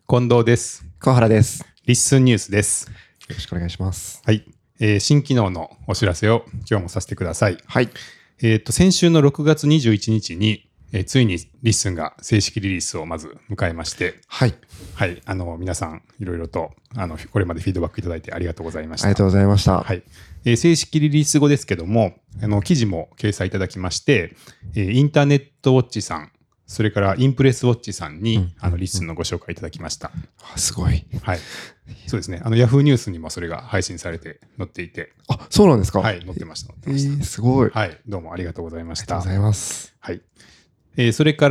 近藤です。 川原です。 リッスンニュースです。 よろしくお願いします。 はい。新機能のお知らせを今日もさせてください。 はい。 先週の6月21日に、ついにリッスンが正式リリースをまず迎えまして、 はい。 はい。皆さんいろいろとこれまでフィードバックいただいてありがとうございました。 ありがとうございました。 はい。正式リリース後ですけども、記事も掲載いただきまして、インターネットウォッチさん、それからインプレスウォッチさんに、リッスンのご紹介いただきました。 すごい。 はい。そうですね。ヤフーニュースにもそれが配信されて載っていて。 あ、そうなんですか。 はい、載ってました。 すごい。 はい。どうもありがとうございました。 ありがとうございます。 はい。それから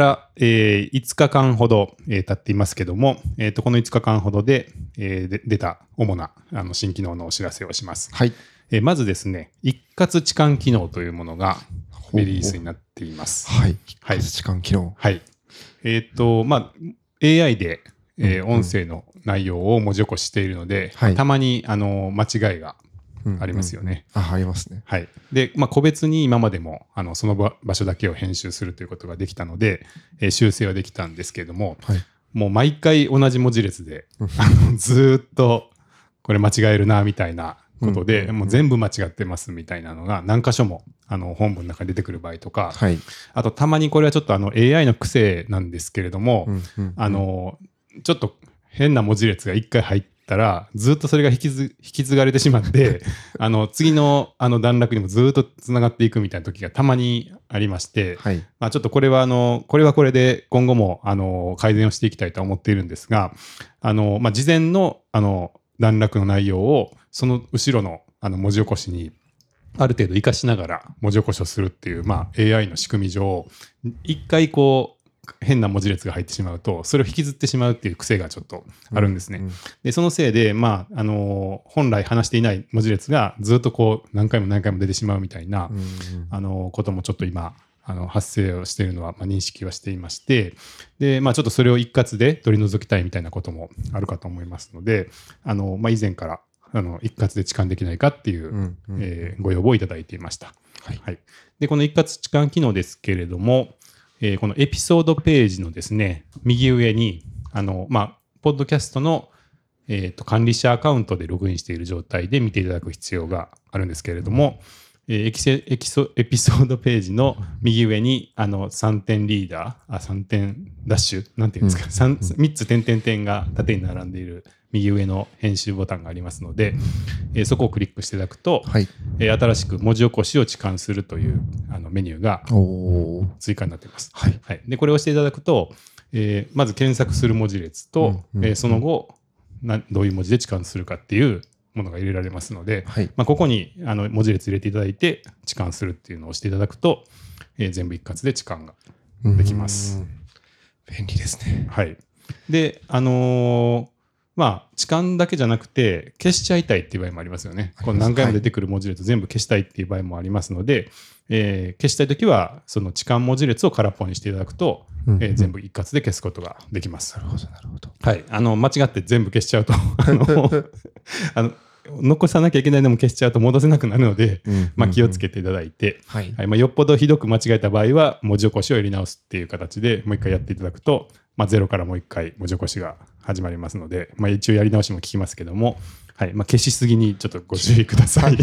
、5日間ほど、経っていますけども、この5日間ほどで、出た主な新機能のお知らせをします。 はい。 まずですね、一括置換機能というものがリリースになっています。 はい。一括置換機能。 はい。AI で、音声の内容を文字起こししているので、たまに間違いがありますよね。 ありますね。 はい。で、個別に今までもその場所だけを編集するということができたので、修正はできたんですけれども、もう毎回同じ文字列でずっとこれ間違えるなみたいなことで、もう全部間違ってますみたいなのが何箇所も本文の中に出てくる場合とか、あとたまにこれはちょっとAI の癖なんですけれども、ちょっと変な文字列が1回入ったらずっとそれが引き継がれてしまって次の段落にもずっとつながっていくみたいな時がたまにありまして、ちょっとこれはこれで今後も改善をしていきたいと思っているんですが、事前の段落の内容をその後ろの文字起こしにある程度活かしながら文字起こしをするっていう、AI の仕組み上一回変な文字列が入ってしまうとそれを引きずってしまうっていう癖がちょっとあるんですね。でそのせいで、本来話していない文字列がずっと何回も何回も出てしまうみたいな、こともちょっと今発生をしているのは認識はしていまして、で、ちょっとそれを一括で取り除きたいみたいなこともあるかと思いますので、以前から一括で置換できないかっていう、ご要望をいただいていました。でこの一括置換機能ですけれども、このエピソードページのですね右上にポッドキャストの、管理者アカウントでログインしている状態で見ていただく必要があるんですけれども、エピソードページの右上に3点リーダー3点ダッシュなんていうんですか、3つ点々点が縦に並んでいる右上の編集ボタンがありますので、そこをクリックしていただくと、新しく文字起こしを置換するというメニューが追加になっています。でこれを押していただくと、まず検索する文字列と、その後どういう文字で置換するかっていうものが入れられますので、ここに文字列入れていただいて置換するっていうのを押していただくと、全部一括で置換ができます。 便利ですね。 で置換だけじゃなくて消しちゃいたいっていう場合もありますよね。この何回も出てくる文字列全部消したいっていう場合もありますので、消したいときはその置換文字列を空っぽにしていただくと、全部一括で消すことができます。 なるほどなるほど。 間違って全部消しちゃうと残さなきゃいけないのも消しちゃうと戻せなくなるので、気をつけていただいて、よっぽどひどく間違えた場合は文字起こしを入れ直すっていう形でもう一回やっていただくと、ゼロからもう一回文字起こしが始まりますので、一応やり直しも聞きますけども、消しすぎにちょっとご注意ください。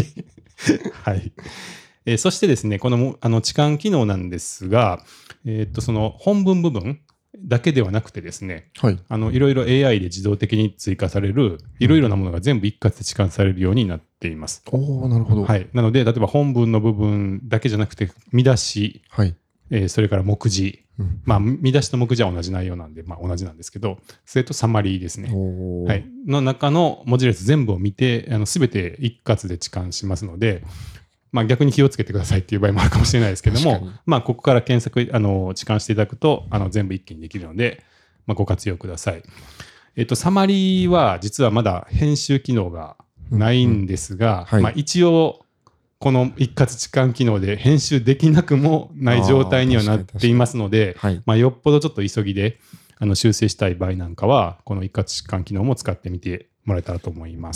そしてですね、この置換機能なんですが、その本文部分だけではなくてですね、いろいろ AI で自動的に追加されるいろいろなものが全部一括で置換されるようになっています。 なるほど。 なので例えば本文の部分だけじゃなくて見出し、それから目次、見出しと目次は同じ内容なんで、同じなんですけど、それとサマリーですね、の中の文字列全部を見て全て一括で置換しますので、逆に気をつけてくださいっていう場合もあるかもしれないですけども、ここから検索置換していただくと全部一気にできるので、ご活用ください。サマリーは実はまだ編集機能がないんですが、一応この一括置換機能で編集できなくもない状態にはなっていますので、よっぽどちょっと急ぎで修正したい場合なんかはこの一括置換機能も使ってみてもらえたらと思います。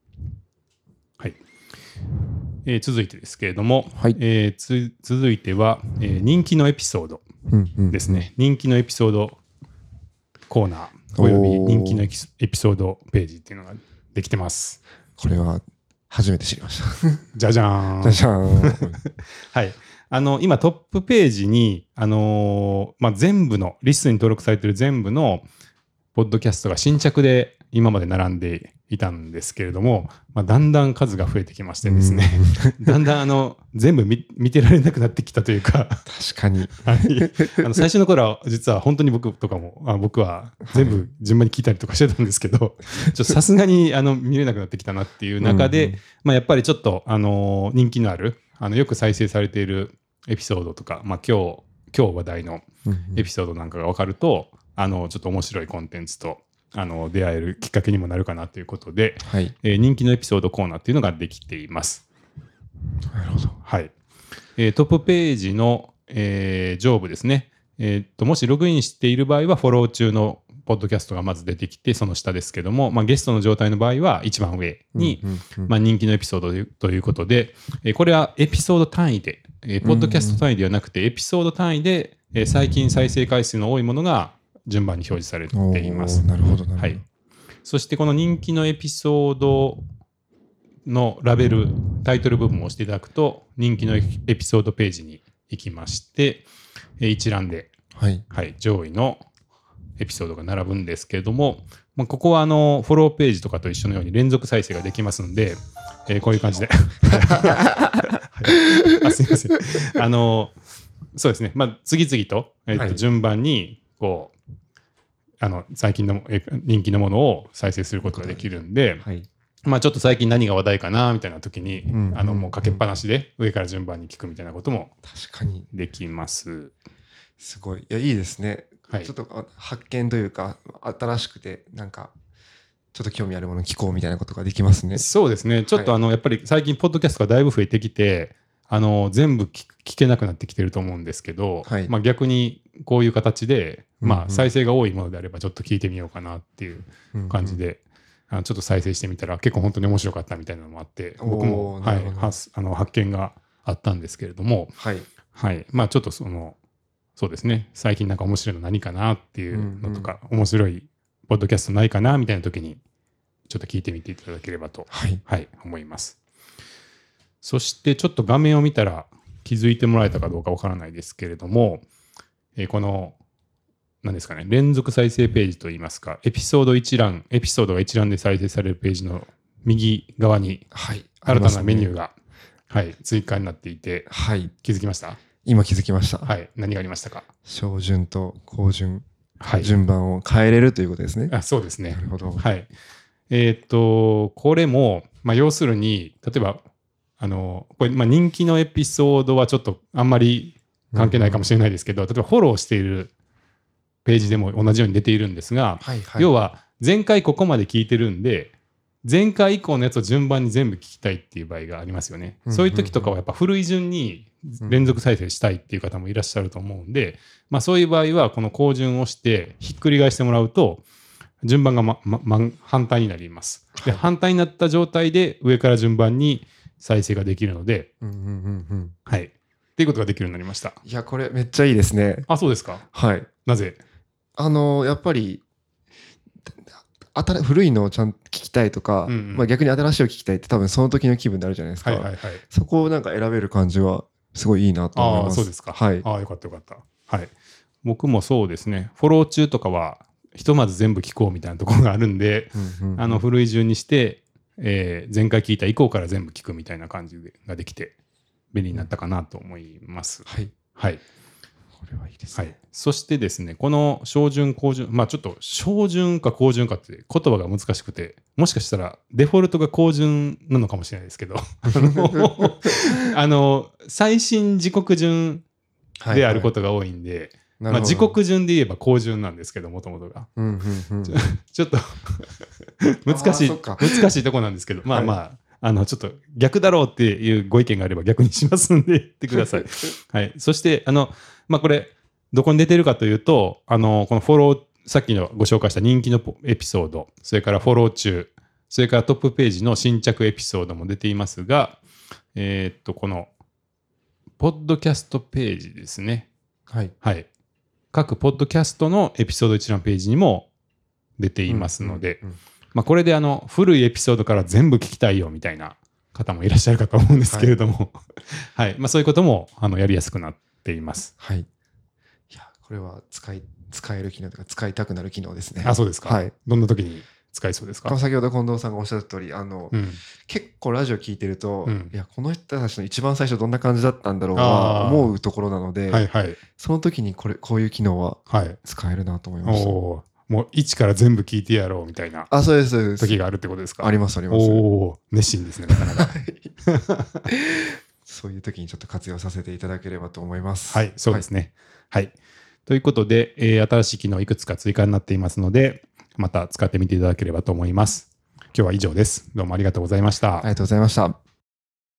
続いてですけれども、続いては、人気のエピソードですね。人気のエピソードコーナおよび人気のエピソードページっていうのができてます。 これは初めて知りました。 じゃじゃーん。 じゃじゃーん。 はい。今トップページに、全部の、リストに登録されている全部のポッドキャストが新着で今まで並んでいたんですけれども、だんだん数が増えてきましてですね、だんだん全部見てられなくなってきたというか、 確かに。 はい、最初の頃は実は本当に僕は全部順番に聞いたりとかしてたんですけど、さすがに見れなくなってきたなっていう中で、やっぱりちょっと人気のあるよく再生されているエピソードとか、今日話題のエピソードなんかが分かると、ちょっと面白いコンテンツと出会えるきっかけにもなるかなということで、 はい、 人気のエピソードコーナーっていうのができています。 なるほど。 はい。トップページの、上部ですね、もしログインしている場合はフォロー中のポッドキャストがまず出てきて、その下ですけども、ゲストの状態の場合は一番上に、人気のエピソードということで、これはエピソード単位で、ポッドキャスト単位ではなくてエピソード単位で、最近再生回数の多いものが順番に表示されています。 なるほど、なるほど。 はい。そしてこの人気のエピソードのラベル、タイトル部分を押していただくと、人気のエピソードページに行きまして、一覧で、はいはい、上位のエピソードが並ぶんですけれども、ここはフォローページとかと一緒のように連続再生ができますので、こういう感じで。すいません。そうですね。次々と、順番に、こう、最近の人気のものを再生することができるんで、はい、ちょっと最近何が話題かなみたいな時に、もうかけっぱなしで上から順番に聞くみたいなこともできます。 すごい。いや、いいですね。はい、ちょっと発見というか、新しくて、なんか、ちょっと興味あるもの聞こうみたいなことができますね。 そうですね。ちょっとやっぱり最近、ポッドキャストがだいぶ増えてきて、全部聞けなくなってきてると思うんですけど、はい、逆にこういう形で、再生が多いものであればちょっと聞いてみようかなっていう感じで、ちょっと再生してみたら結構本当に面白かったみたいなのもあって、僕も、はい、発見があったんですけれども、はいはい、ちょっとそうですね、最近なんか面白いの何かなっていうのとか、面白いポッドキャストないかなみたいな時にちょっと聞いてみていただければと、はいはい、思います。そしてちょっと画面を見たら気づいてもらえたかどうかわからないですけれども、この何ですかね、連続再生ページといいますか、エピソードが一覧で再生されるページの右側に新たなメニューが、はい、追加になっていて、はい、気づきました？ 今気づきました。 はい、何がありましたか？ 小順と後順、順番を変えれるということですね。 そうですね。 なるほど。 はい。これも、要するに、例えば、これ、人気のエピソードはちょっとあんまり関係ないかもしれないですけど、例えばフォローしているページでも同じように出ているんですが、はいはい、要は前回ここまで聞いてるんで、前回以降のやつを順番に全部聞きたいっていう場合がありますよね。そういう時とかはやっぱ古い順に連続再生したいっていう方もいらっしゃると思うんで、そういう場合はこの後順をしてひっくり返してもらうと順番が、反対になります。で、反対になった状態で上から順番に再生ができるので、はい。っていうことができるようになりました。 いや、これめっちゃいいですね。 あ、そうですか。 はい。 なぜ？ やっぱり古いのをちゃんと聞きたいとか、逆に新しいを聞きたいって多分その時の気分になるじゃないですか。そこをなんか選べる感じはすごいいいなと思います。 そうですか。 はい。 よかったよかった。はい。僕もそうですね。フォロー中とかはひとまず全部聞こうみたいなところがあるんで、古い順にして、前回聞いた以降から全部聞くみたいな感じができて便利になったかなと思います。 はい。 はい。 これはいいですね。 はい。そしてですね、この小順、後順、ちょっと小順か後順かって言葉が難しくて、もしかしたらデフォルトが後順なのかもしれないですけど、最新時刻順であることが多いんで、時刻順で言えば後順なんですけど、もともとが。ちょっと難しいとこなんですけど、ちょっと逆だろうっていうご意見があれば逆にしますんで言ってください。はい。そして、これ、どこに出てるかというと、このフォロー、さっきのご紹介した人気のエピソード、それからフォロー中、それからトップページの新着エピソードも出ていますが、この、ポッドキャストページですね。 はい。 はい。各ポッドキャストのエピソード一覧ページにも、 出ていますので、これで古いエピソードから全部聞きたいよみたいな方もいらっしゃるかと思うんですけれども、はい、そういうこともやりやすくなっています。 はい。いや、これは使える機能というか、使いたくなる機能ですね。 あ、そうですか。はい。どんな時に使いそうですか？ 先ほど近藤さんがおっしゃった通り、結構ラジオ聞いてると、いや、この人たちの一番最初どんな感じだったんだろうな思うところなので、はいはい、その時にこういう機能は使えるなと思いました。 もう一から全部聞いてやろうみたいな時があるってことですか？ ありますあります。 熱心ですね、なかなか。 そういう時にちょっと活用させていただければと思います。 はい、そうですね。はい。ということで、新しい機能いくつか追加になっていますので、また使ってみていただければと思います。今日は以上です。どうもありがとうございました。 ありがとうございました。